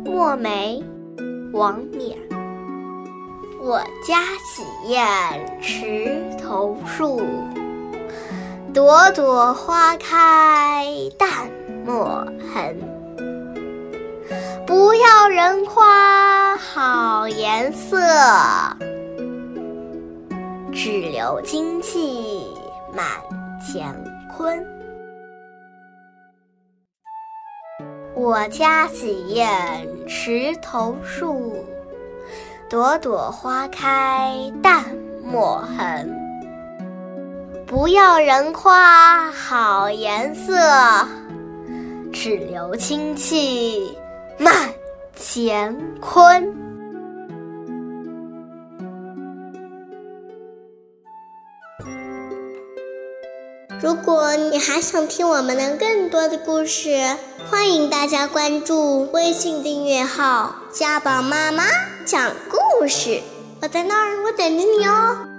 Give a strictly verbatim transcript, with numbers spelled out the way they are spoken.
墨梅，王冕。我家洗砚池头树，朵朵花开淡墨痕。不要人夸好颜色，只留精气满乾坤。我家洗砚池头树，朵朵花开淡墨痕。不要人夸好颜色，只留清气满乾坤。 如果你还想听我们的更多的故事，欢迎大家关注微信订阅号家宝妈妈讲故事，我在那儿，我等着你哦。